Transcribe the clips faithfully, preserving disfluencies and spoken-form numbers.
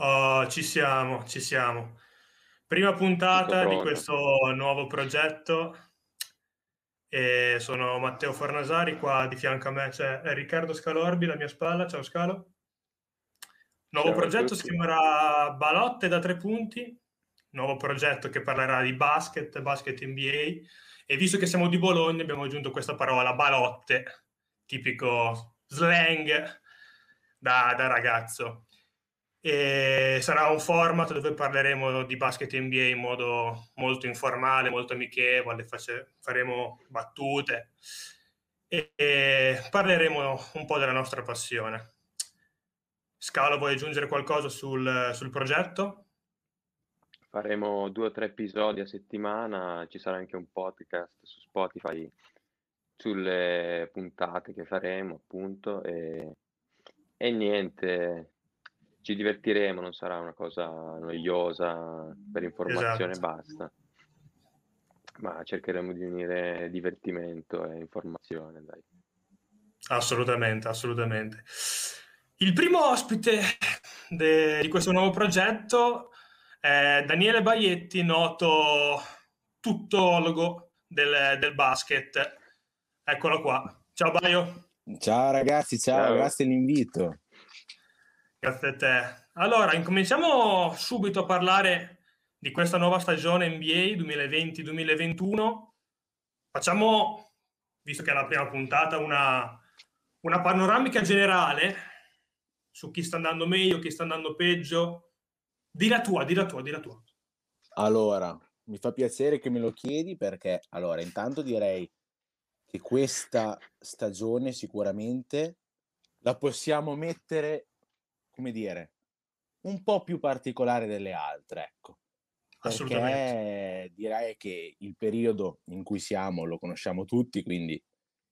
Oh, ci siamo, ci siamo. Prima Tutto puntata di pronto. questo nuovo progetto e sono Matteo Fornasari, qua di fianco a me c'è Riccardo Scalorbi, alla mia spalla. Ciao Scalo. Nuovo Ciao a progetto si tutti. chiamerà Balotte da tre punti, nuovo progetto che parlerà di basket, basket N B A, e visto che siamo di Bologna abbiamo aggiunto questa parola balotte, tipico slang da, da ragazzo. E sarà un format dove parleremo di basket N B A in modo molto informale, molto amichevole, face- faremo battute e, e parleremo un po' della nostra passione. Scalo, vuoi aggiungere qualcosa sul, sul progetto? Faremo due o tre episodi a settimana, ci sarà anche un podcast su Spotify sulle puntate che faremo, appunto, e, e niente, ci divertiremo, non sarà una cosa noiosa per informazione e Esatto, basta, ma cercheremo di unire divertimento e informazione, dai. assolutamente, assolutamente. Il primo ospite de- di questo nuovo progetto è Daniele Baietti, noto tuttologo del, del basket. Eccolo qua. Ciao Baio. Ciao ragazzi, ciao, Ciao. grazie dell'invito. Grazie a te. Allora, incominciamo subito a parlare di questa nuova stagione N B A duemilaventi-duemilaventuno. Facciamo, visto che è la prima puntata, una, una panoramica generale su chi sta andando meglio, chi sta andando peggio. Di la tua, di la tua, di la tua. Allora, mi fa piacere che me lo chiedi perché, allora, intanto direi che questa stagione sicuramente la possiamo mettere, come dire, un po' più particolare delle altre, ecco. Assolutamente. Perché direi che il periodo in cui siamo lo conosciamo tutti, quindi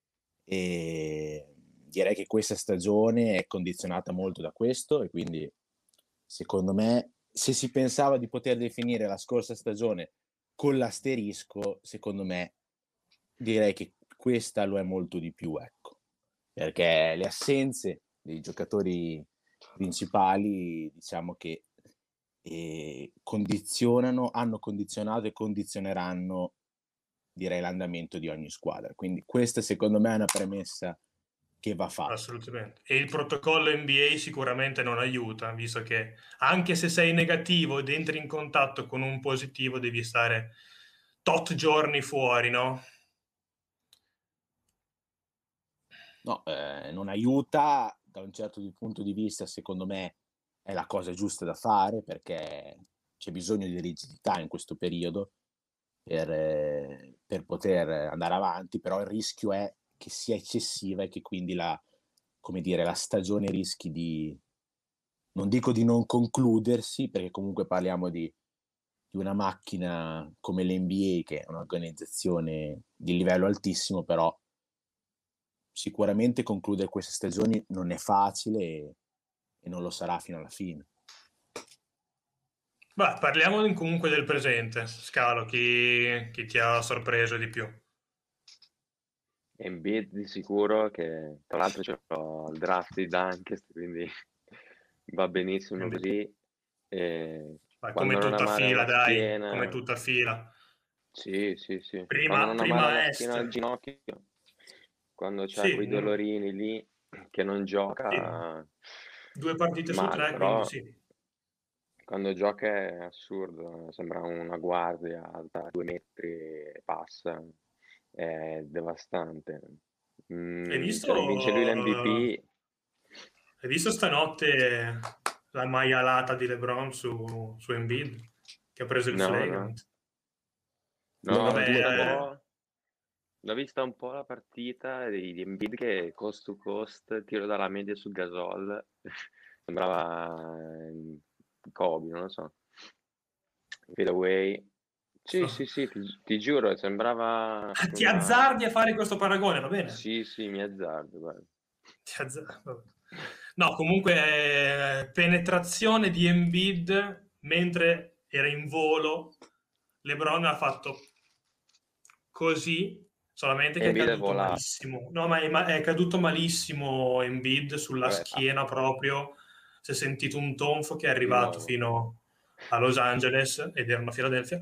e direi che questa stagione è condizionata molto da questo e quindi secondo me se si pensava di poter definire la scorsa stagione con l'asterisco, secondo me direi che questa lo è molto di più, ecco, perché le assenze dei giocatori principali diciamo che eh, condizionano, hanno condizionato e condizioneranno direi l'andamento di ogni squadra. Quindi questa secondo me è una premessa che va fatta. Assolutamente. E il protocollo N B A sicuramente non aiuta, visto che anche se sei negativo ed entri in contatto con un positivo, devi stare tot giorni fuori, no? No, eh, non aiuta da un certo punto di vista, secondo me è la cosa giusta da fare perché c'è bisogno di rigidità in questo periodo per, eh, per poter andare avanti, però il rischio è che sia eccessiva e che quindi la, come dire, la stagione rischi di, non dico di non concludersi, perché comunque parliamo di, di una macchina come l'N B A, che è un'organizzazione di livello altissimo, però sicuramente concludere queste stagioni non è facile e, e non lo sarà fino alla fine. Beh, parliamo comunque del presente. Scalo, chi, chi ti ha sorpreso di più? Embiid di sicuro, che tra l'altro c'ho il draft di Dunkest, quindi va benissimo così. E Beh, come quando non ha tutta male fila, alla dai, come schiena, tutta fila. sì, sì, sì. Quando Prima, non ha male prima alla est. schiena al ginocchio, quando c'ha Sì, quei uno, dolorini lì, che non sì. gioca Due partite su male, tre, quindi però sì. quando gioca è assurdo, sembra una guardia alta due metri e passa, è devastante. Hai Mm, visto, cioè, vince lui l'M V P. hai visto stanotte la maialata di LeBron su, su Embiid, che ha preso il No, no, flagrant? no, No, l'ho Vabbè, vista un due, eh, po', l'ho vista un po' la partita di, di Embiid che coast to coast, tiro dalla media su Gasol, sembrava eh, Kobe, non lo so, fade away. Sì, so- sì, sì, ti, ti giuro, sembrava ti una... azzardi a fare questo paragone, va bene? Sì, sì, mi azzardo, guarda. Ti azzardi, vabbè. No, comunque eh, penetrazione di Embiid mentre era in volo, LeBron ha fatto così, solamente che è Embiid è caduto volato. malissimo. No, ma è, ma è caduto malissimo Embiid sulla Vabbè, ah, schiena proprio. si è sentito un tonfo che è arrivato No. fino a Los Angeles ed erano a Philadelphia.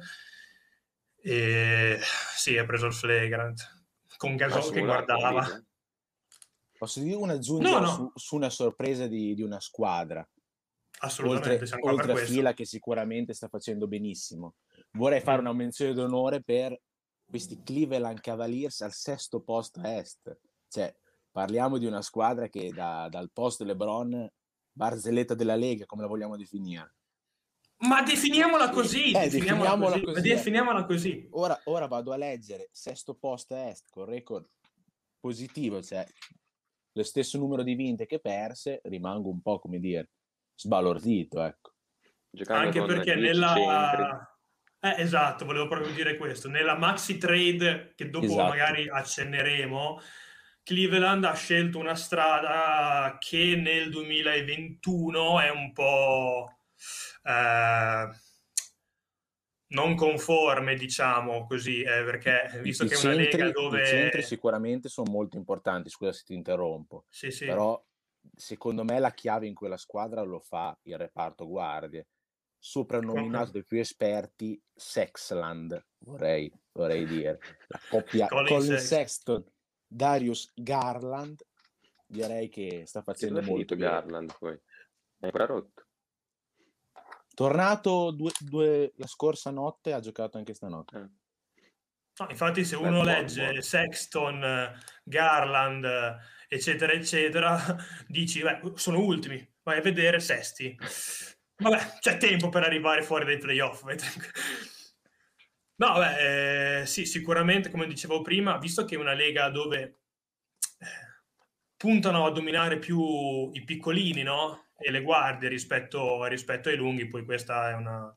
E sì, ha preso il flagrant con Gasol che guardava. Posso dire un'aggiungere No, no. su, su una sorpresa di, di una squadra? Assolutamente, Oltre, siamo qua oltre per a questo. Fila che sicuramente sta facendo benissimo. Vorrei fare Mm. una menzione d'onore per questi Cleveland Cavaliers al sesto posto a est. Cioè, parliamo di una squadra che da, dal posto LeBron, barzelletta della Lega, come la vogliamo definire? Ma definiamola Sì. così, Eh, definiamola, definiamola così, così, definiamola così. Ora, ora vado a leggere sesto posto a est con record positivo, cioè lo stesso numero di vinte che perse, rimango un po', come dire, sbalordito, ecco. Giocando Anche con perché dieci centri. nella... Eh, esatto, volevo proprio dire questo. Nella maxi trade, che dopo Esatto. magari accenneremo, Cleveland ha scelto una strada che nel duemilaventuno è un po' eh, non conforme, diciamo così, eh, perché visto I, che è i una centri, lega dove... i centri sicuramente sono molto importanti, scusa se ti interrompo, Sì, sì. però secondo me la chiave in quella squadra lo fa il reparto guardie, soprannominato dai più esperti Sexland, vorrei, vorrei dire, la coppia Colin Colin Sexton. Sexton, Darius Garland, direi che sta facendo Dove è molto finito bene. Garland poi? È ancora rotto. Tornato due, due, la scorsa notte, ha giocato anche stanotte. Eh. No, infatti se Beh, uno buono, legge buono. Sexton, Garland, eccetera, eccetera, dici, beh, sono ultimi, vai a vedere sesti. Vabbè, c'è tempo per arrivare fuori dai playoff. No, beh, eh, sì, sicuramente, come dicevo prima, visto che è una lega dove eh, puntano a dominare più i piccolini, no? E le guardie rispetto, rispetto ai lunghi, poi questa è una...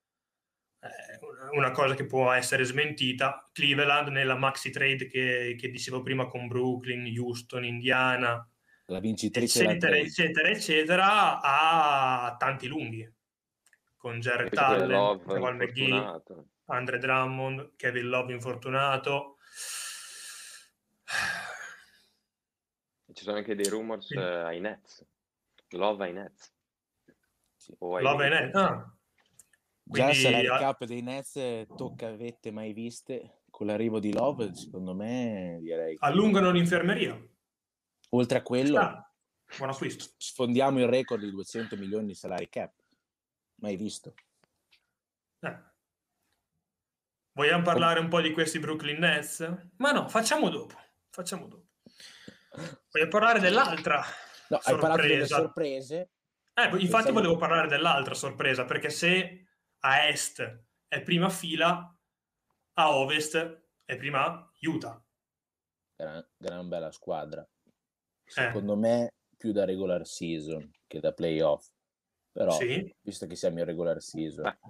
una cosa che può essere smentita. Cleveland nella maxi trade che, che dicevo prima con Brooklyn, Houston, Indiana, La vincitrice eccetera, della trade. eccetera, eccetera, ha tanti lunghi con Jarrett Allen, Love Jamal McGee, infortunato. Andre Drummond, Kevin Love infortunato. Ci sono anche dei rumors Quindi, eh, ai Nets. Love ai Nets. Sì. O ai Love Lakers. ah. Già Quindi, il salary cap dei Nets tocca vette mai viste con l'arrivo di Love, secondo me direi che allungano l'infermeria. oltre a quello Ah, buon acquisto. sfondiamo il record di duecento milioni di salary cap, mai visto. Eh. Vogliamo parlare un po' di questi Brooklyn Nets? Ma no, facciamo dopo. Facciamo dopo. Voglio parlare dell'altra No, sorpresa. hai parlato delle sorprese. Eh, infatti Pensavo... volevo parlare dell'altra sorpresa, perché se a est è prima fila, a ovest è prima Utah. Gran, gran bella squadra. Eh. Secondo me più da regular season che da playoff. Però, sì. Visto che siamo in regular season... Beh.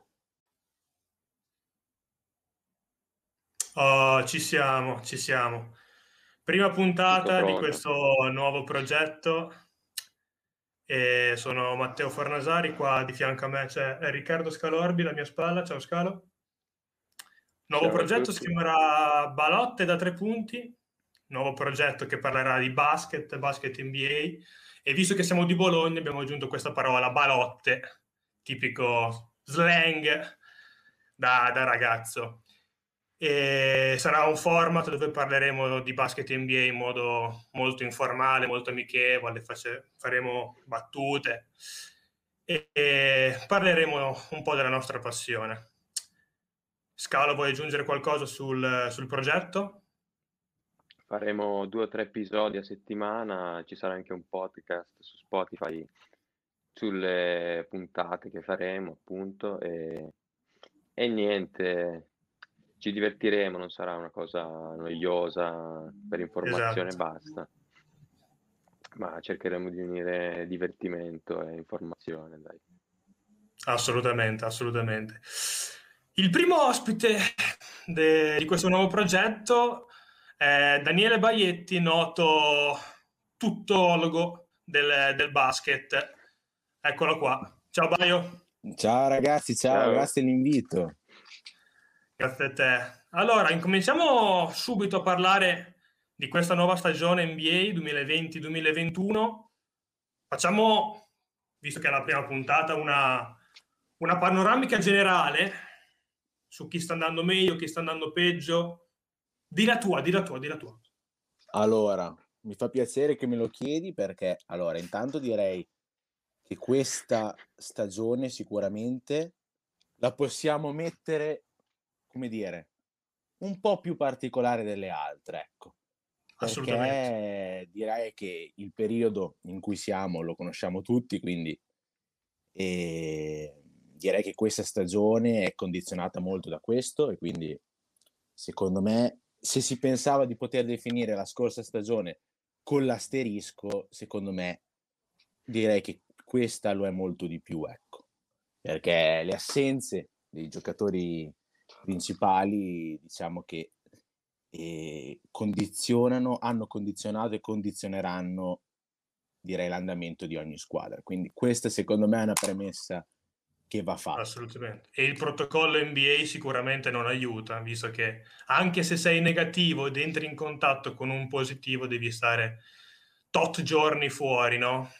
Oh, ci siamo, ci siamo. Prima puntata di questo nuovo progetto. E sono Matteo Fornasari, qua di fianco a me c'è Riccardo Scalorbi, alla mia spalla. Ciao Scalo. Nuovo Ciao progetto si chiamerà Balotte da tre punti, nuovo progetto che parlerà di basket, basket N B A, e visto che siamo di Bologna abbiamo aggiunto questa parola, balotte, tipico slang da, da ragazzo. E sarà un format dove parleremo di basket N B A in modo molto informale, molto amichevole, face, faremo battute e, e parleremo un po' della nostra passione. Scalo, vuoi aggiungere qualcosa sul, sul progetto? Faremo due o tre episodi a settimana, ci sarà anche un podcast su Spotify sulle puntate che faremo, appunto, e, e niente, ci divertiremo, non sarà una cosa noiosa per informazione e Esatto. basta, ma cercheremo di unire divertimento e informazione, dai. Assolutamente, assolutamente. Il primo ospite de, di questo nuovo progetto è Daniele Baietti, noto tuttologo del, del basket. Eccolo qua. Ciao Baio. Ciao ragazzi, ciao, ciao. Grazie dell'invito. Grazie a te. Allora, incominciamo subito a parlare di questa nuova stagione N B A duemilaventi duemilaventuno. Facciamo visto che è la prima puntata, una, una panoramica generale su chi sta andando meglio, chi sta andando peggio. Di la tua, di la tua, di la tua. Allora, mi fa piacere che me lo chiedi perché, allora, intanto direi che questa stagione sicuramente la possiamo mettere, come dire, un po' più particolare delle altre, ecco. Assolutamente. Perché direi che il periodo in cui siamo lo conosciamo tutti, quindi e direi che questa stagione è condizionata molto da questo e quindi secondo me se si pensava di poter definire la scorsa stagione con l'asterisco, secondo me direi che questa lo è molto di più, ecco. Perché le assenze dei giocatori principali, diciamo che eh, condizionano, hanno condizionato e condizioneranno, direi, l'andamento di ogni squadra. Quindi questa secondo me è una premessa che va fatta. Assolutamente. E il protocollo N B A sicuramente non aiuta, visto che anche se sei negativo ed entri in contatto con un positivo, devi stare tot giorni fuori, no?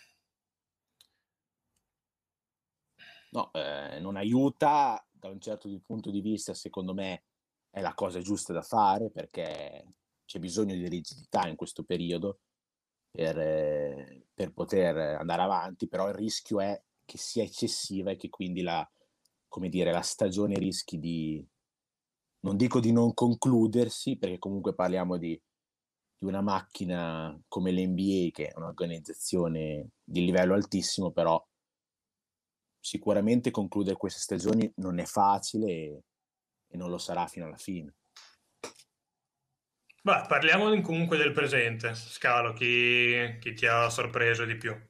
No, eh, non aiuta da un certo punto di vista, secondo me è la cosa giusta da fare perché c'è bisogno di rigidità in questo periodo per, eh, per poter andare avanti, però il rischio è che sia eccessiva e che quindi la, come dire, la stagione rischi di, non dico di non concludersi, perché comunque parliamo di, di una macchina come l'N B A, che è un'organizzazione di livello altissimo, però sicuramente concludere queste stagioni non è facile e, e non lo sarà fino alla fine. Beh, parliamo comunque del presente. Scalo, chi, chi ti ha sorpreso di più?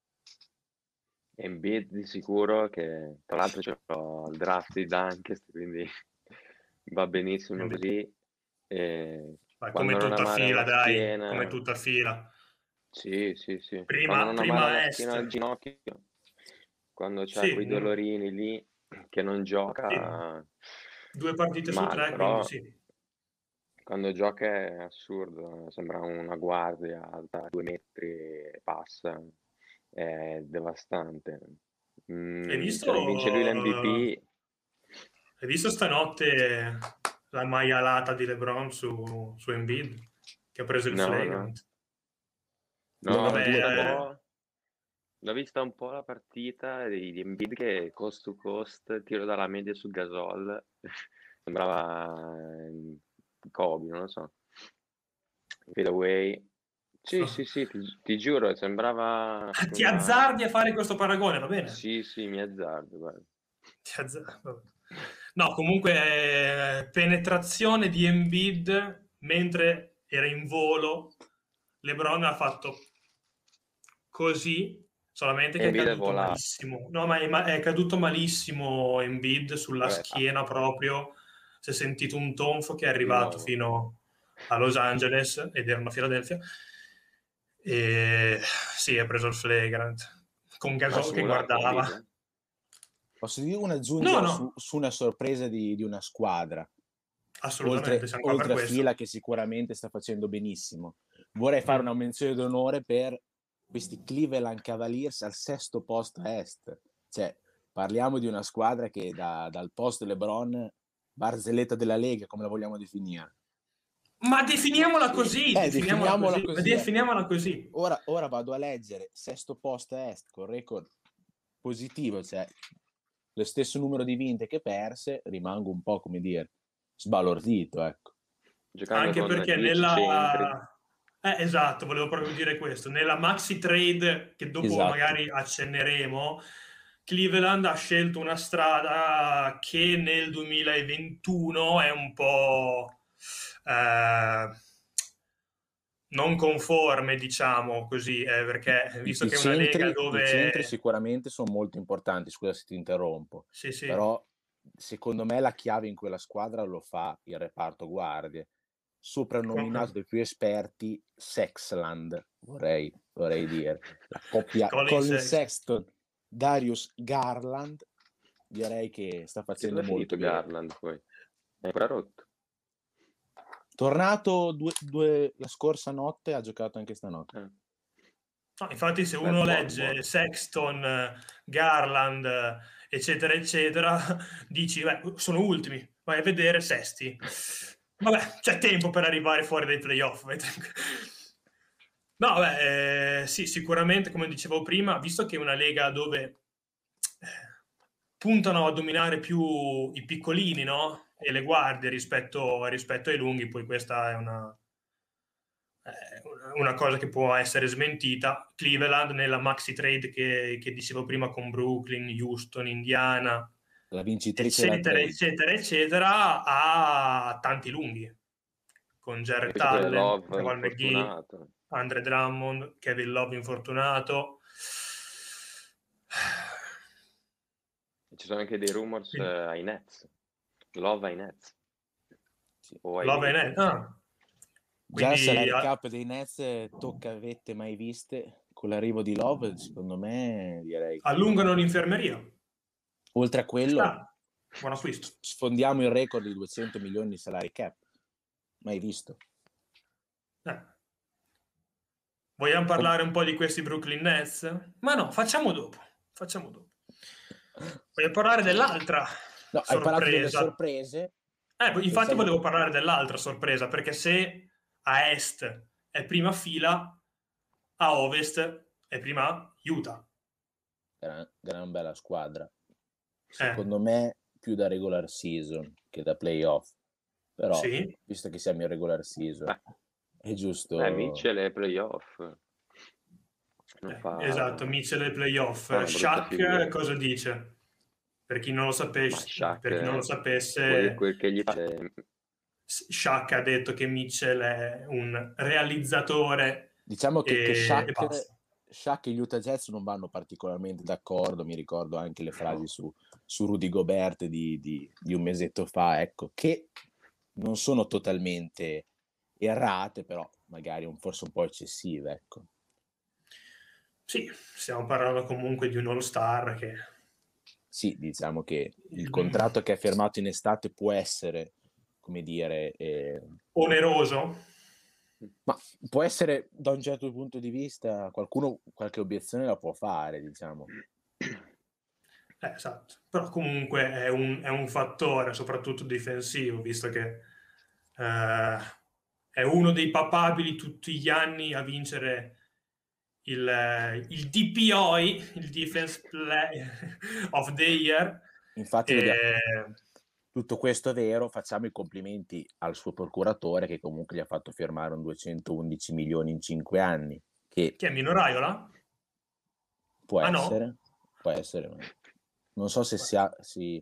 Embiid di sicuro, che tra l'altro c'è il draft di Dunkest, quindi va benissimo Quindi, così. E beh, come quando non ha tutta male fila, alla dai, come schiena, tutta fila. sì, sì, sì. Quando Prima, non ha male prima alla est. schiena al ginocchio, quando c'ha Sì, quei uno, dolorini lì, che non sì. gioca Due partite su male, tre, quindi però sì. quando gioca è assurdo, sembra una guardia alta due metri e passa, è devastante. Hai Mm, visto, se la vince lui l'M V P, hai visto stanotte la maialata di LeBron su, su Embiid, che ha preso il no, no, flagrant? no, No, l'ho Vabbè, due, vista un due. eh, po', l'ho vista un po' la partita di, di Embiid che coast to coast, tiro dalla media su Gasol, sembrava eh, Kobe, non lo so, fade away. Sì, sì, sì, ti, ti giuro, sembrava ti una... azzardi a fare questo paragone, va bene? Sì, sì, mi azzardo, guarda. Ti azzardi, vabbè. No, comunque eh, penetrazione di Embiid mentre era in volo. LeBron ha fatto così, solamente che è Embiid è caduto volato. malissimo. No, ma è, ma è caduto malissimo Embiid sulla Vabbè, ah, schiena proprio. Si è sentito un tonfo che è di arrivato nuovo. fino a Los Angeles ed erano a Filadelfia. E sì, ha preso il flagrant con Ma Gasol che simulato guardava. Embiid, eh? Posso dire un No, aggiungere su, no, su una sorpresa di, di una squadra, assolutamente, oltre, siamo qua per oltre a questo. Fila che sicuramente sta facendo benissimo. Vorrei fare Mm. una menzione d'onore per questi Cleveland Cavaliers al sesto posto a est. Cioè, parliamo di una squadra che da, dal posto LeBron, barzelletta della Lega, come la vogliamo definire. Ma Ma definiamola sì, così, Eh, definiamola definiamola così, così, ecco. definiamola così. Ora, ora vado a leggere sesto posto a est con record positivo, cioè lo stesso numero di vinte che perse, rimango un po', come dire, sbalordito, ecco. giocando Anche con perché dieci centri. nella... Eh, esatto, volevo proprio dire questo. Nella maxi trade, che dopo Esatto. magari accenneremo, Cleveland ha scelto una strada che nel duemilaventuno è un po' eh, non conforme, diciamo così, eh, perché I, visto i che è una lega centri, i centri dove... sicuramente sono molto importanti, scusa se ti interrompo, Sì, sì. però secondo me la chiave in quella squadra lo fa il reparto guardie, soprannominato dai più esperti Sexland, vorrei, vorrei dire, la coppia Colin Colin Sexton. Sexton, Darius Garland, direi che sta E facendo dove è molto finito bene. Garland poi? È ancora rotto. Tornato due, due, la scorsa notte, ha giocato anche stanotte. Eh. No, infatti se Beh, uno buono, legge buono. Sexton, Garland, eccetera, eccetera, dici, beh, sono ultimi, vai a vedere sesti. Vabbè, c'è tempo per arrivare fuori dai playoff. No, beh, eh, sì, sicuramente, come dicevo prima, visto che è una lega dove eh, puntano a dominare più i piccolini, no? E le guardie rispetto, rispetto ai lunghi, poi questa è una, eh, una cosa che può essere smentita. Cleveland nella maxi trade che, che dicevo prima con Brooklyn, Houston, Indiana, La vincitrice della eccetera, trade. eccetera, eccetera, ha tanti lunghi, con E Jarrett poi c'è pure Allen, Love Jamal McGee, infortunato. Andre Drummond, Kevin Love infortunato. Ci sono anche dei rumors Quindi, eh, ai Nets. Love ai Nets. Sì. O ai Love e Lakers. Net. Ah. Già il Quindi salary ah, cap dei Nets tocca vette mai viste. Con l'arrivo di Love, secondo me, direi che allungano l'infermeria. oltre a Ci quello sta. Buon acquisto. sfondiamo il record di duecento milioni di salary cap. Mai visto. Eh. Vogliamo parlare un po' di questi Brooklyn Nets? Ma no, facciamo dopo. Facciamo dopo. Voglio parlare dell'altra No, hai parlato delle sorpresa. sorprese. Eh, infatti Pensavo... volevo parlare dell'altra sorpresa, perché se a Est è prima fila, a Ovest è prima Utah. Gran, gran bella squadra. Eh. Secondo me più da regular season che da playoff. Però, Sì. visto che siamo in regular season, Beh, è giusto... Beh, Mitchell è playoff. Non Eh, fa... esatto, Mitchell ai playoff. fa una brutta Shaq figura. cosa dice? Per chi non lo Ma sapesse, Shaq, per chi non lo quel, sapesse, quel che gli pare... Shaq ha detto che Mitchell è un realizzatore Diciamo che, e, che e Shaq, basta. Shaq e gli Utah Jazz non vanno particolarmente d'accordo. Mi ricordo anche le frasi su, su Rudy Gobert di, di, di un mesetto fa, ecco, che non sono totalmente errate, però magari un, forse un po' eccessive, ecco. Sì, stiamo parlando comunque di un all-star che... Sì, diciamo che il contratto che ha firmato in estate può essere, come dire... Eh, oneroso. ma può essere, da un certo punto di vista, qualcuno qualche obiezione la può fare, diciamo. Eh, esatto, però comunque è un, è un fattore soprattutto difensivo, visto che eh, è uno dei papabili tutti gli anni a vincere il, il D P O I, il Defense Play of the Year. Infatti, e... vediamo, tutto questo è vero, facciamo i complimenti al suo procuratore che comunque gli ha fatto firmare un duecentoundici milioni in cinque anni. Che Chi è Mino Raiola? può Ah essere, no? può essere, ma non so se si, ha, si,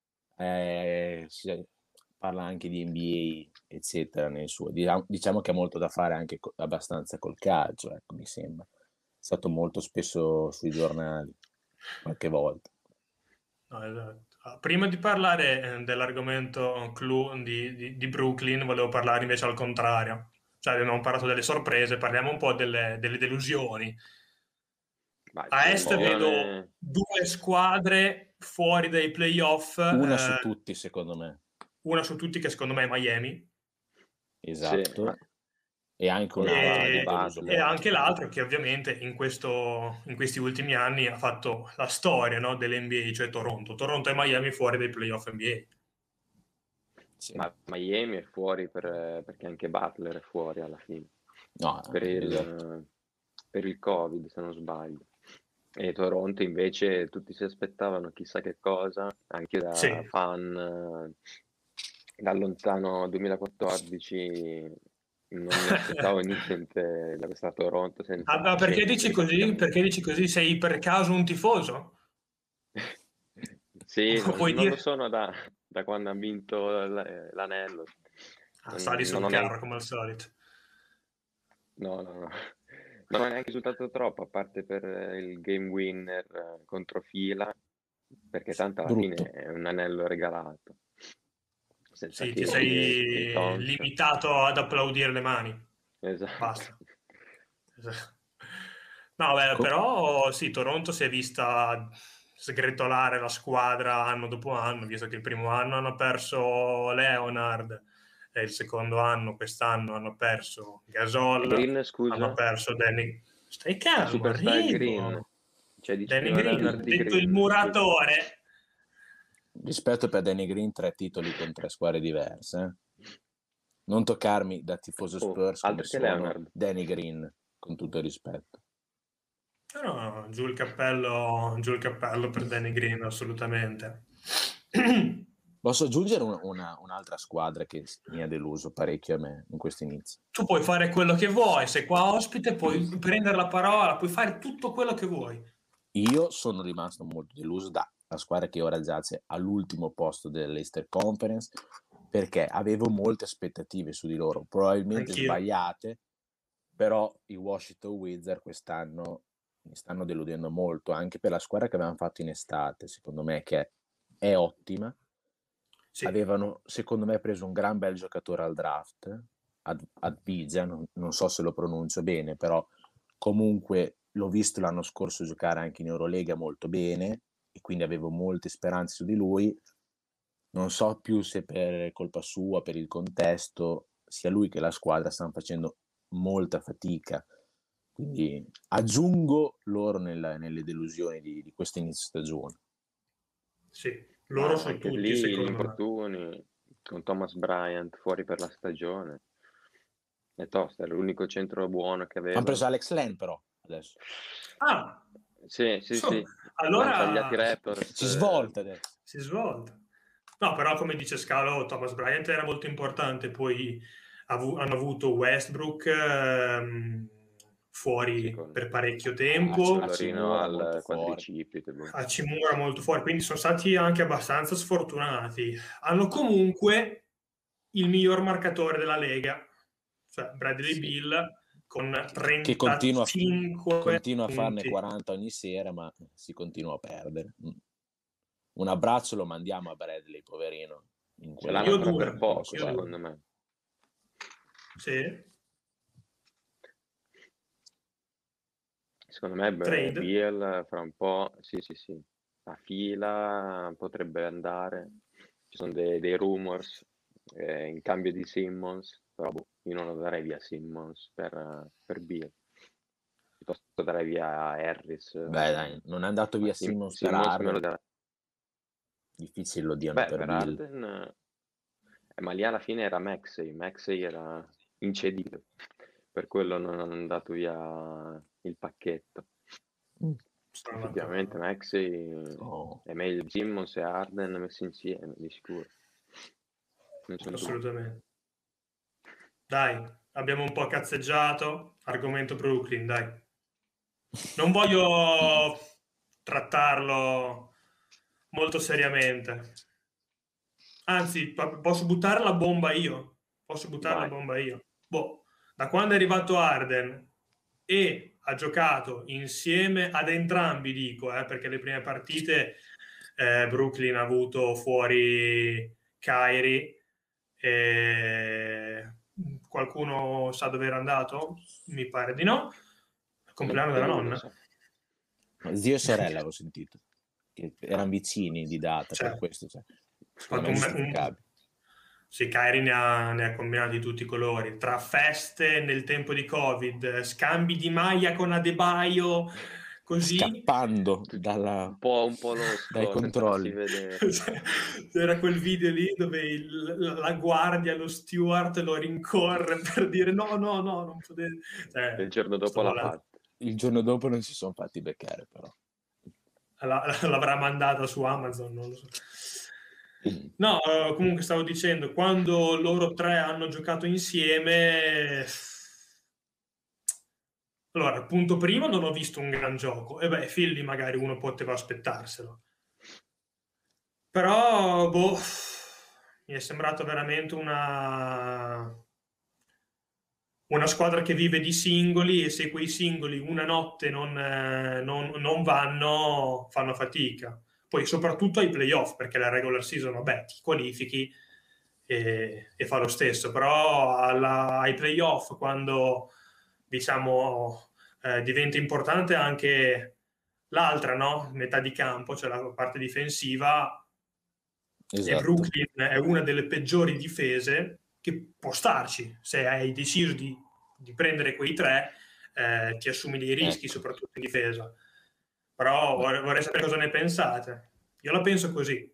eh, si parla anche di N B A, eccetera, nel suo. Diciamo, diciamo che ha molto da fare anche co- abbastanza col calcio, ecco, mi sembra. È stato molto spesso sui giornali, qualche volta. No, esatto. Prima di parlare eh, dell'argomento clou di, di, di Brooklyn, volevo parlare invece al contrario. Cioè, abbiamo parlato delle sorprese, parliamo un po' delle, delle delusioni. Ma A Est vedo delusione... due squadre fuori dai playoff, Una eh, su tutti, secondo me. una su tutti che secondo me è Miami, Esatto. Sì, ma E anche con l'arrivo di una e, deluso Butler. e molto. anche l'altro che ovviamente in, questo, in questi ultimi anni ha fatto la storia, no, dell'N B A, cioè Toronto. Toronto e Miami fuori dai playoff N B A. Sì. Ma Miami è fuori per, perché anche Butler è fuori alla fine. No, Per il, esatto. per il Covid, se non sbaglio. E Toronto invece tutti si aspettavano chissà che cosa, anche da Sì. fan eh, da lontano duemilaquattordici non mi aspettavo niente da questa Toronto senza Ah, ma perché dici centri così? praticamente. Perché dici così? Sei per caso un tifoso? Sì, Lo non, puoi non lo dire? sono da, da quando hanno vinto l- l'anello. Ah, sali Non, non sul ho carro neanche, come al solito. no, no, no. Non ho neanche risultato troppo, a parte per eh, il game winner eh, contro fila, perché tanto alla fine Brutto. è un anello regalato, senza Sì, K ti D e, e sei Thompson. limitato ad applaudire le mani. Esatto. Basta. Esatto. No, beh, Co- però sì, Toronto si è vista sgretolare la squadra anno dopo anno, visto che il primo anno hanno perso Leonard e il secondo anno, quest'anno, hanno perso E Gasol, Green, hanno scusa? perso Danny. Stai calmo, Superstar arrivo. Green. Cioè, Danny diceva Green, Leonard detto Green. il muratore. Rispetto per Danny Green, tre titoli con tre squadre diverse. eh. Non toccarmi da tifoso Oh, Spurs come altro che sono Leonard. Danny Green, con tutto il rispetto. No, no, giù il cappello, giù il cappello per Danny Green, assolutamente. Posso aggiungere una, una, un'altra squadra che mi ha deluso parecchio a me in questo inizio? Tu puoi fare quello che vuoi, sei qua ospite, puoi prendere la parola, puoi fare tutto quello che vuoi. Io sono rimasto molto deluso dalla squadra che ora giace all'ultimo posto dell'Easter Conference, perché avevo molte aspettative su di loro, probabilmente Anch'io. sbagliate, però i Washington Wizards quest'anno mi stanno deludendo molto, anche per la squadra che avevano fatto in estate, secondo me, che è ottima. Sì. Avevano, secondo me, preso un gran bel giocatore al draft, Ad, Advija, non, non so se lo pronuncio bene, però comunque l'ho visto l'anno scorso giocare anche in Eurolega molto bene e quindi avevo molte speranze su di lui. Non so più se per colpa sua, per il contesto, sia lui che la squadra stanno facendo molta fatica. Quindi aggiungo loro nella, nelle delusioni di, di questo inizio stagione. Sì, loro Ma sono anche tutti, lì gli secondo me. infortuni, con Thomas Bryant fuori per la stagione. È tosta, è l'unico centro buono che aveva. Hanno preso Alex Len però adesso. Ah, Sì, sì, so, sì. allora L'hanno tagliati i Raptors. Si svolta adesso. Si svolta. No, però come dice Scalo, Thomas Bryant era molto importante, poi avu- hanno avuto Westbrook ehm, fuori Sì, con per parecchio Ah, tempo, Colorino Hachimura molto al forte. quadricipite. boh. Hachimura molto fuori, quindi sono stati anche abbastanza sfortunati. Hanno comunque il miglior marcatore della Lega, cioè Bradley Sì. Beal, con Che continua, trentacinque continua a farne punti. quaranta ogni sera, ma si continua a perdere. Un abbraccio lo mandiamo a Bradley, poverino. In Ce quel- l'hanno Io ancora due, per poco, io secondo due. me. Sì, Secondo me beh, trade. Beal fra un po', sì, sì, sì, a fila potrebbe andare. Ci sono dei, dei rumors eh, in cambio di Simmons, però boh, io non lo darei via Simmons per, per Beal. Piuttosto darei via Harris. Beh, dai, non è andato Ma via Sim- Simmons per Simmons me lo Harden. darei. Difficile lo diano Beh, per per Bill. Harden, eh, ma lì alla fine era Maxey, Maxey era incedibile, per quello non hanno andato via il pacchetto. Mm. Sono Effettivamente d'accordo. Maxey Oh. è meglio di Simmons e Harden messi insieme, di sicuro. Non c'è dubbi. Assolutamente. Dai, abbiamo un po' cazzeggiato. Argomento Brooklyn, dai. Non voglio trattarlo molto seriamente. Anzi, po- posso buttare la bomba io. Posso buttare la Vai. bomba io. Boh, da quando è arrivato Harden e ha giocato insieme ad entrambi, dico, eh, perché le prime partite eh, Brooklyn ha avuto fuori Kyrie. E qualcuno sa dove era andato? Mi pare di no. Il compleanno Neanche della lui lo nonna. sa. Zio e sorella avevo sentito. Che erano vicini di data, Cioè, per questo. Cioè, fatto non è un, un, giustificabile. sì, Kyrie ne ha, ne ha combinati di tutti i colori, tra feste nel tempo di Covid, scambi di maglia con Adebayo, così. Scappando dalla, Un po', un po' losco, dai senza controlli. farsi vedere. C'era quel video lì dove il, la guardia, lo steward lo rincorre per dire no, no, no, non potete. Cioè, E il giorno dopo l'ha volando. fatto. Il giorno dopo non si sono fatti beccare, però. L'avrà mandata su Amazon, non lo so. No, uh, comunque stavo dicendo, quando loro tre hanno giocato insieme, allora, punto primo, non ho visto un gran gioco. E beh, Philly magari uno poteva aspettarselo. Però, boh, mi è sembrato veramente una... una squadra che vive di singoli e se quei singoli una notte non, eh, non, non vanno, fanno fatica. Poi soprattutto ai playoff, perché la regular season, vabbè, ti qualifichi e, e fa lo stesso, però alla, ai playoff, quando diciamo eh, diventa importante anche l'altra, no? Metà di campo, cioè la parte difensiva, Esatto. e Brooklyn è una delle peggiori difese, che può starci se hai deciso di, di prendere quei tre, eh, ti assumi dei rischi, Ecco. soprattutto in difesa. Però vorrei, vorrei sapere cosa ne pensate. Io la penso così.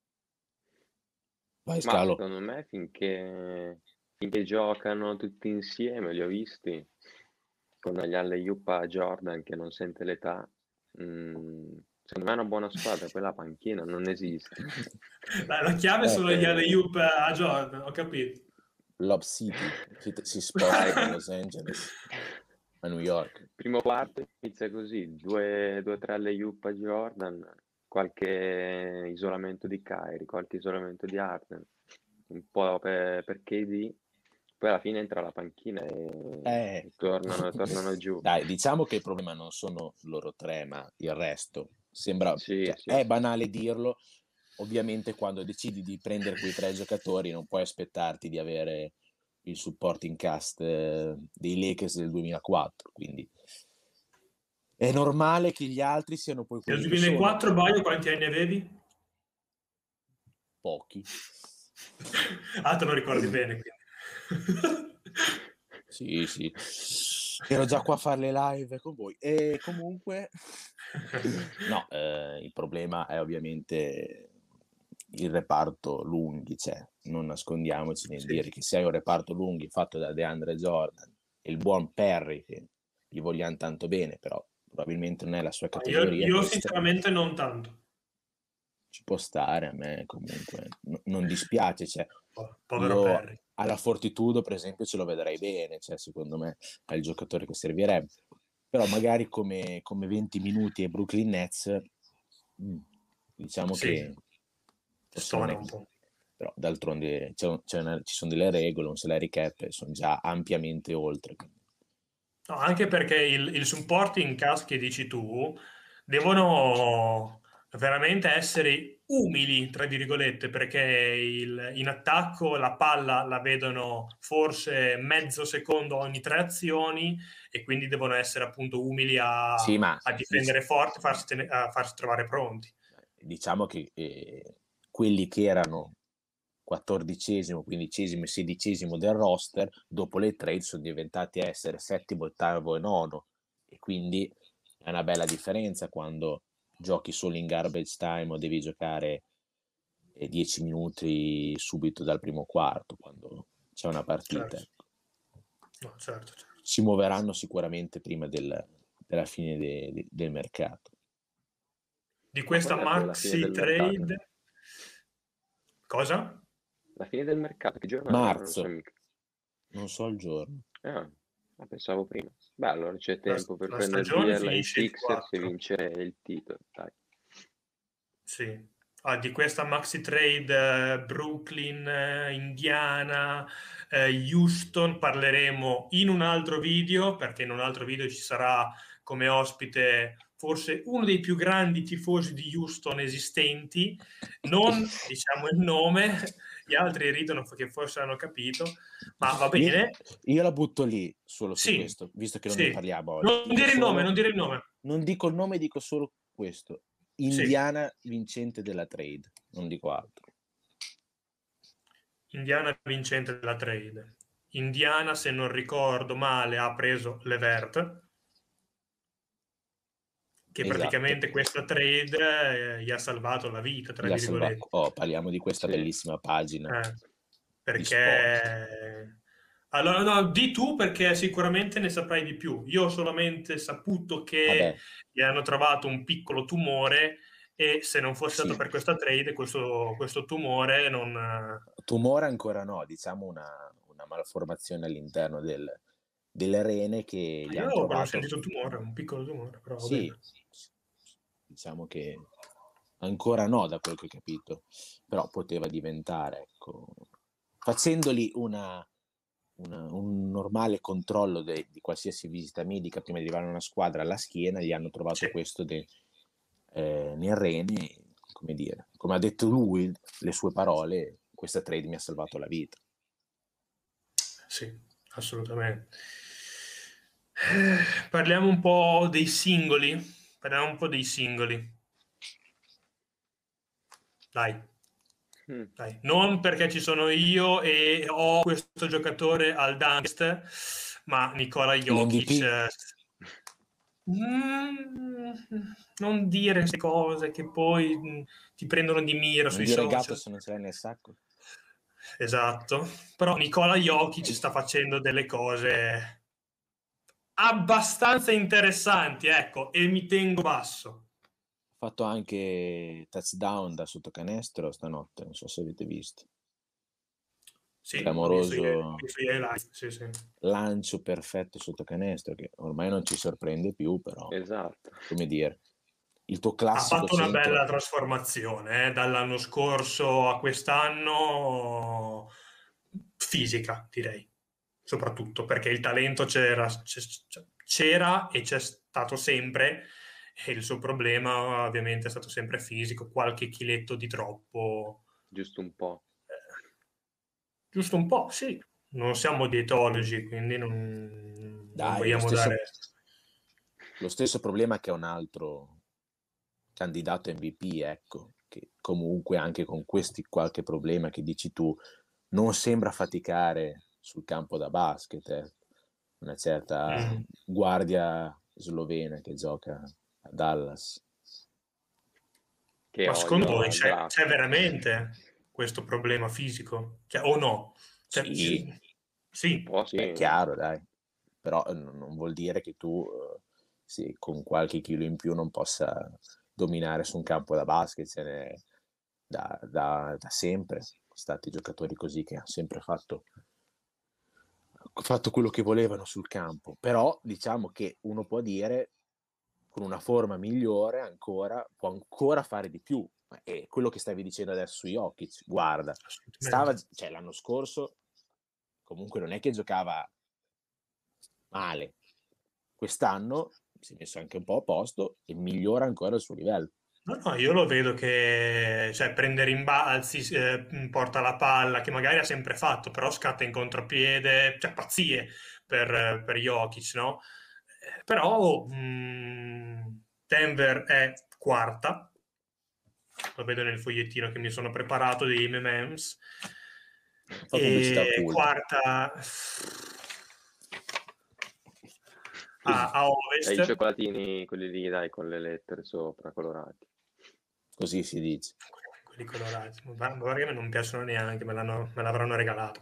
Vai, Ma Scalo. secondo me finché, finché giocano tutti insieme, li ho visti, con gli alley-oop a Jordan che non sente l'età, mm, secondo me è una buona squadra, poi la panchina non esiste. La, la chiave sono gli Eh, alley-oop a Jordan, ho capito. Lob City si, si sposta da Los Angeles a New York. Primo quarto inizia così, due o tre alley-oop a Jordan, qualche isolamento di Kyrie, qualche isolamento di Harden, un po' per, per K D, poi alla fine entra la panchina e, Eh. e tornano, tornano giù. Dai, diciamo che il problema non sono loro tre, ma il resto. Sembra, Sì, cioè, sì. è banale dirlo. Ovviamente quando decidi di prendere quei tre giocatori non puoi aspettarti di avere il supporting cast eh, dei Lakers del duemilaquattro, quindi è normale che gli altri siano poi Nel quelli che duemilaquattro, sono. Baio, quanti anni avevi? Pochi. Ah, te lo ricordi bene, quindi. Sì, sì. Ero già qua a fare le live con voi. E comunque, no, eh, il problema è ovviamente il reparto lunghi, cioè, non nascondiamoci nel Sì. dire che se hai un reparto lunghi fatto da DeAndre Jordan e il buon Perry, che gli vogliamo tanto bene, però probabilmente non è la sua Ah, io, categoria io questa, sinceramente non tanto. ci può stare, a me comunque n- non dispiace, cioè, Po- Povero io Perry. alla Fortitudo per esempio ce lo vedrei bene, cioè, secondo me è il giocatore che servirebbe, però magari come, come venti minuti ai Brooklyn Nets, mh, diciamo Sì, che forse non stona è un po'. però d'altronde c'è un- c'è una- ci sono delle regole, un salary cap e sono già ampiamente oltre. No, anche perché il, il supporting cast che dici tu devono veramente essere umili, tra virgolette, perché il- in attacco la palla la vedono forse mezzo secondo ogni tre azioni e quindi devono essere appunto umili a, Sì, ma a difendere dic- forte, farsi, tene- a farsi trovare pronti. diciamo che eh, quelli che erano quattordicesimo, quindicesimo e sedicesimo del roster, dopo le trade sono diventati a essere settimo, ottavo e nono, e quindi è una bella differenza quando giochi solo in garbage time o devi giocare eh, dieci minuti subito dal primo quarto, quando c'è una partita. Certo. No, certo, certo. Si muoveranno sicuramente prima del, della fine de, de, del mercato. Di Ma questa quando è poi la fine maxi del mercato? trade, cosa? La fine del mercato, che giorno è? Non lo so Marzo, mica. non so il giorno. Ah, ah, pensavo prima. Beh, allora c'è La, tempo per la prendere stagione via ai finisce il Sixers e quattro. vincere il titolo. Dai. Sì. Ah, di questa maxi trade eh, Brooklyn, eh, Indiana, eh, Houston parleremo in un altro video, perché in un altro video ci sarà come ospite forse uno dei più grandi tifosi di Houston esistenti. Non diciamo il nome, gli altri ridono che forse hanno capito, ma va Io, bene. io la butto lì solo su Sì, questo, visto che non ne sì. parliamo oggi. Non Dico dire il nome, non solo, dire il nome. non dico il nome, dico solo questo. Sì. Indiana vincente della trade, non dico altro. Indiana vincente della trade. Indiana, se non ricordo male, ha preso Levert, che Esatto. praticamente questa trade eh, gli ha salvato la vita, tra Gli ha salvato. virgolette. Oh, parliamo di questa Sì. bellissima pagina Eh, di sport. perché... Allora, no, di tu perché sicuramente ne saprai di più. Io ho solamente saputo che Vabbè, gli hanno trovato un piccolo tumore e se non fosse sì. stato per questa trade, questo, questo tumore non... Tumore ancora no, diciamo una, una malformazione all'interno del, delle rene che gli Io hanno ho trovato. sentito tumore, un piccolo tumore, però va Sì, bene. diciamo che ancora no, da quel che ho capito, però poteva diventare, ecco, facendoli una, una, un normale controllo de, di qualsiasi visita medica prima di arrivare a una squadra alla schiena, gli hanno trovato Sì. questo de, eh, nel rene, come dire, come ha detto lui, le sue parole, questa trade mi ha salvato la vita. Sì, assolutamente. Eh, parliamo un po' dei singoli. Parliamo un po' dei singoli. Dai. Mm. Dai. Non perché ci sono io e ho questo giocatore al Dunkest, ma Nikola Jokic... Mm, non dire queste cose che poi mh, ti prendono di mira non sui dire social. gatto se non ce l'hai nel sacco. Esatto, però Nikola Jokic sta facendo delle cose abbastanza interessanti, ecco, e mi tengo basso. Ha fatto anche touchdown da sotto canestro stanotte, non so se avete visto. Sì, clamoroso sì, sì. lancio perfetto sotto canestro, che ormai non ci sorprende più, però esatto. come dire, il tuo Ha classico fatto una centro... bella trasformazione eh, dall'anno scorso a quest'anno, fisica direi, soprattutto perché il talento c'era, c'era e c'è stato sempre, e il suo problema ovviamente è stato sempre fisico, qualche chiletto di troppo. Giusto un po'. Eh, giusto un po', sì. Non siamo dietologi, quindi non, Dai, non vogliamo lo stesso, dare... Lo stesso problema che un altro candidato M V P, ecco, che comunque anche con questi qualche problema che dici tu, non sembra faticare sul campo da basket, eh. Una certa Mm. guardia slovena che gioca a Dallas. Che Ma secondo odio voi al c'è, draft. c'è veramente questo problema fisico? Cioè, o no? Cioè, Sì. sì. Sì. Un po' sì. È chiaro, dai. Però eh, non vuol dire che tu, eh, sì, con qualche chilo in più non possa dominare su un campo da basket. Ce n'è da, da, da sempre stati giocatori così che hanno sempre fatto, fatto quello che volevano sul campo. Però diciamo che uno può dire, con una forma migliore ancora, può ancora fare di più. E quello che stavi dicendo adesso su Jokic, guarda, stava, cioè, l'anno scorso comunque non è che giocava male. Quest'anno si è messo anche un po' a posto e migliora ancora il suo livello. No, no, io lo vedo che cioè, prende rimbalzi, eh, porta la palla, che magari ha sempre fatto, però scatta in contropiede, cioè pazzie per, per Jokic, no? Eh, però mh, Denver è quarta, lo vedo nel fogliettino che mi sono preparato dei M and M's, Fa pubblicità e occulta. quarta a, a ovest. Dai, i cioccolatini, quelli lì, dai, con le lettere sopra, colorati. Così si dice. Quelli colorati, magari me non piacciono neanche, me, l'hanno, me l'avranno regalato.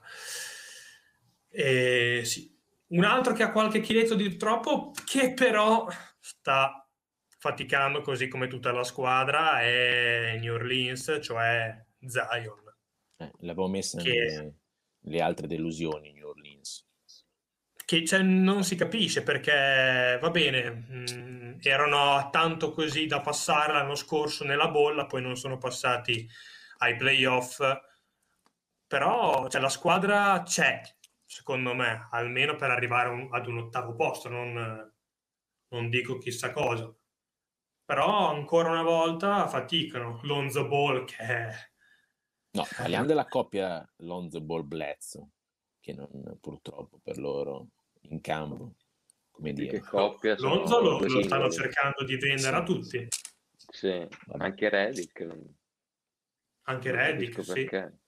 E, sì. Un altro che ha qualche chiletto di troppo, che però sta faticando così come tutta la squadra, è New Orleans, cioè Zion. Eh, l'avevo messa che... nelle le altre delusioni New Orleans. Che cioè, non si capisce perché, va bene, mh, erano tanto così da passare l'anno scorso nella bolla, poi non sono passati ai playoff, però cioè, la squadra c'è, secondo me, almeno per arrivare un, ad un ottavo posto, non, non dico chissà cosa, però ancora una volta faticano. Lonzo Ball che è... No, parliamo della coppia Lonzo Ball-Bledsoe, che non, purtroppo per loro in campo, come Più dire. che coppia sono Lonzo lo, due lo stanno singoli. cercando di vendere Sì. a tutti. Sì, Vabbè. anche Redick. Non, Anche non Redick, capisco sì. perché.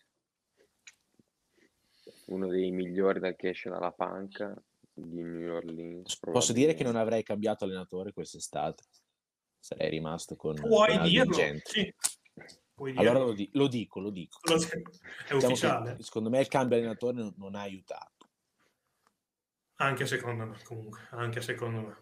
Uno dei migliori dal che esce dalla panca di New Orleans. Posso dire che non avrei cambiato allenatore quest'estate. Sarei rimasto con, Puoi con Alvin dirlo, Gentry. sì. Puoi Allora dirlo. lo, di- lo dico, lo dico. Lo- È Diciamo ufficiale. che, secondo me il cambio allenatore non, non ha aiutato. Anche secondo me, comunque, anche secondo me.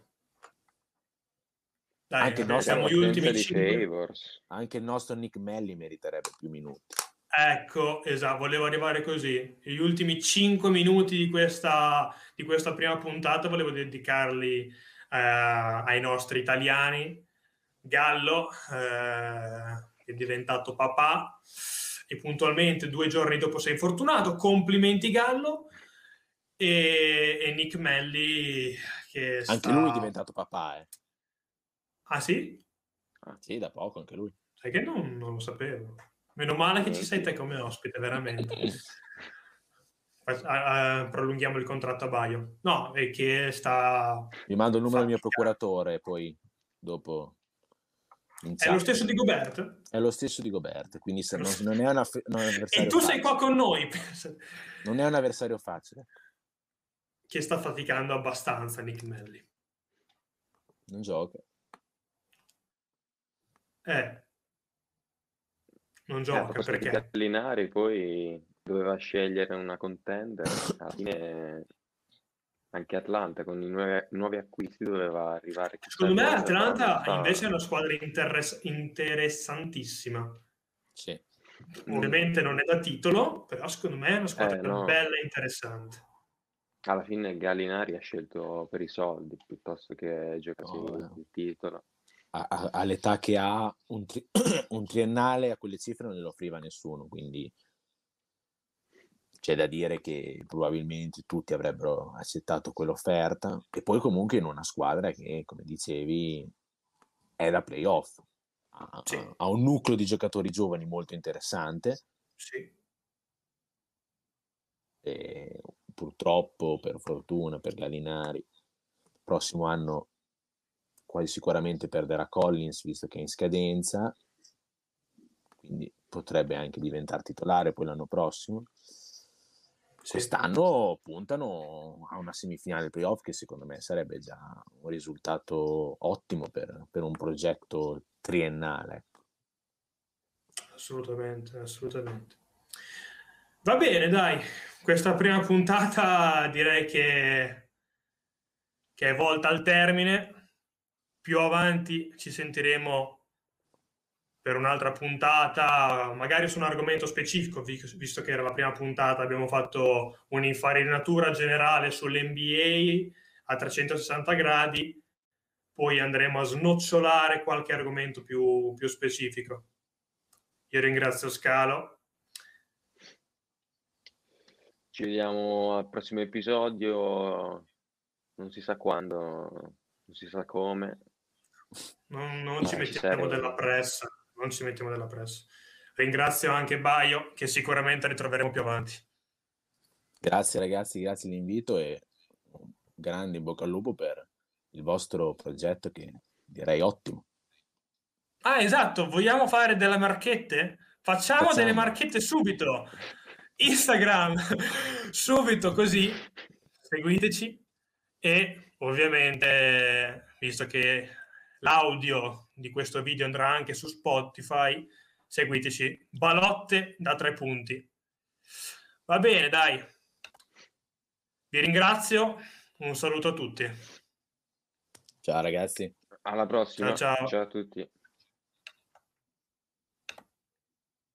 Dai, Anche il vabbè, nostro, siamo gli l'assenza ultimi di cinque. Favors. anche il nostro Nick Melli meriterebbe più minuti. Ecco, esatto, volevo arrivare così. Gli ultimi cinque minuti di questa, di questa prima puntata volevo dedicarli eh, ai nostri italiani. Gallo, eh, che è diventato papà, e puntualmente due giorni dopo si è infortunato. Complimenti Gallo. E, e Nick Melli che sta... Anche lui è diventato papà, eh. Ah sì? Ah, sì, da poco anche lui. Sai che non, non lo sapevo. Meno male che ci sei te come ospite, veramente. Ah, ah, prolunghiamo il contratto a Baio. No, è che sta... Vi mando il numero del mio faticando. procuratore, poi dopo in È lo chat. stesso di Gobert? È lo stesso di Gobert, quindi se non, non è una, un avversario E tu sei facile. qua con noi. Non è un avversario facile. che sta faticando abbastanza Nick Melli. Non gioca. Eh, non Eh, gioca dopo stati perché? Gallinari, poi doveva scegliere una contender. Alla fine anche Atlanta con i nuovi, nuovi acquisti doveva arrivare chissà Secondo me cosa, però non Atlanta sta... invece è una squadra interess- interessantissima. Sì. Ovviamente non è da titolo, però secondo me è una squadra Eh, no. bella e interessante. Alla fine Gallinari ha scelto per i soldi piuttosto che giocarsi No, il titolo. a- a- all'età che ha un, tri- un triennale a quelle cifre non glielo offriva nessuno, quindi c'è da dire che probabilmente tutti avrebbero accettato quell'offerta, e poi comunque in una squadra che, come dicevi, è da playoff, ha, Sì, ha un nucleo di giocatori giovani molto interessante, sì. e purtroppo, per fortuna, per Gallinari, il prossimo anno quasi sicuramente perderà Collins, visto che è in scadenza, quindi potrebbe anche diventare titolare poi l'anno prossimo. Sì. Quest'anno puntano a una semifinale playoff, che secondo me sarebbe già un risultato ottimo per, per un progetto triennale. Assolutamente, assolutamente. Va bene, dai, questa prima puntata direi che, che è volta al termine. Più avanti ci sentiremo per un'altra puntata, magari su un argomento specifico, visto che era la prima puntata, abbiamo fatto un'infarinatura generale sull'N B A a trecentosessanta gradi, poi andremo a snocciolare qualche argomento più, più specifico. Io ringrazio Scalo. Ci vediamo al prossimo episodio, non si sa quando, non si sa come. Non, non Ma ci ci mettiamo della saremo. pressa, non ci mettiamo della pressa. Ringrazio anche Baio, che sicuramente ritroveremo più avanti. Grazie ragazzi, grazie dell'invito e un grande in bocca al lupo per il vostro progetto, che direi ottimo. Ah, esatto, vogliamo fare delle marchette? Facciamo, Facciamo. delle marchette subito. Instagram, subito così, seguiteci e ovviamente, visto che l'audio di questo video andrà anche su Spotify, seguiteci. Balotte da tre punti. Va bene, dai. Vi ringrazio, un saluto a tutti. Ciao ragazzi. Alla prossima, Ciao ciao. ciao a tutti.